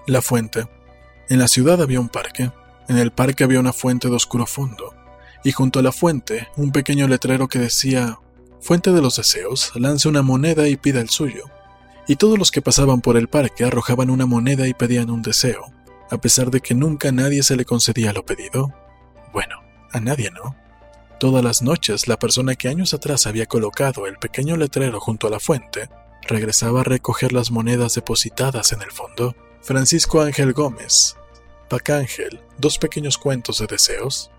La fuente. En la ciudad había un parque. En el parque había una fuente de oscuro fondo, y junto a la fuente un pequeño letrero que decía: Fuente de los deseos, lance una moneda y pida el suyo. Y todos los que pasaban por el parque arrojaban una moneda y pedían un deseo, a pesar de que nunca a nadie se le concedía lo pedido. Bueno, a nadie no. Todas las noches la persona que años atrás había colocado el pequeño letrero junto a la fuente regresaba a recoger las monedas depositadas en el fondo. Francisco Ángel Gómez. Pacángel, 2 pequeños cuentos de deseos.